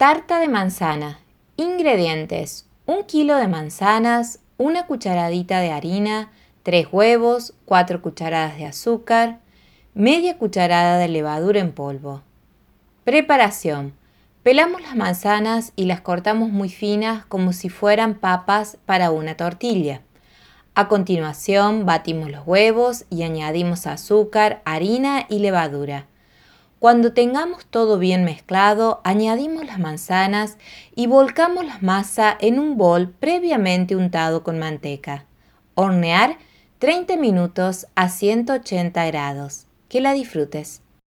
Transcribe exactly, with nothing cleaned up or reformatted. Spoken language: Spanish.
Tarta de manzana. Ingredientes: un kilo de manzanas, una cucharadita de harina, tres huevos, cuatro cucharadas de azúcar, media cucharada de levadura en polvo. Preparación: pelamos las manzanas y las cortamos muy finas como si fueran papas para una tortilla. A continuación, batimos los huevos y añadimos azúcar, harina y levadura. Cuando tengamos todo bien mezclado, añadimos las manzanas y volcamos la masa en un bol previamente untado con manteca. Hornear treinta minutos a ciento ochenta grados. Que la disfrutes.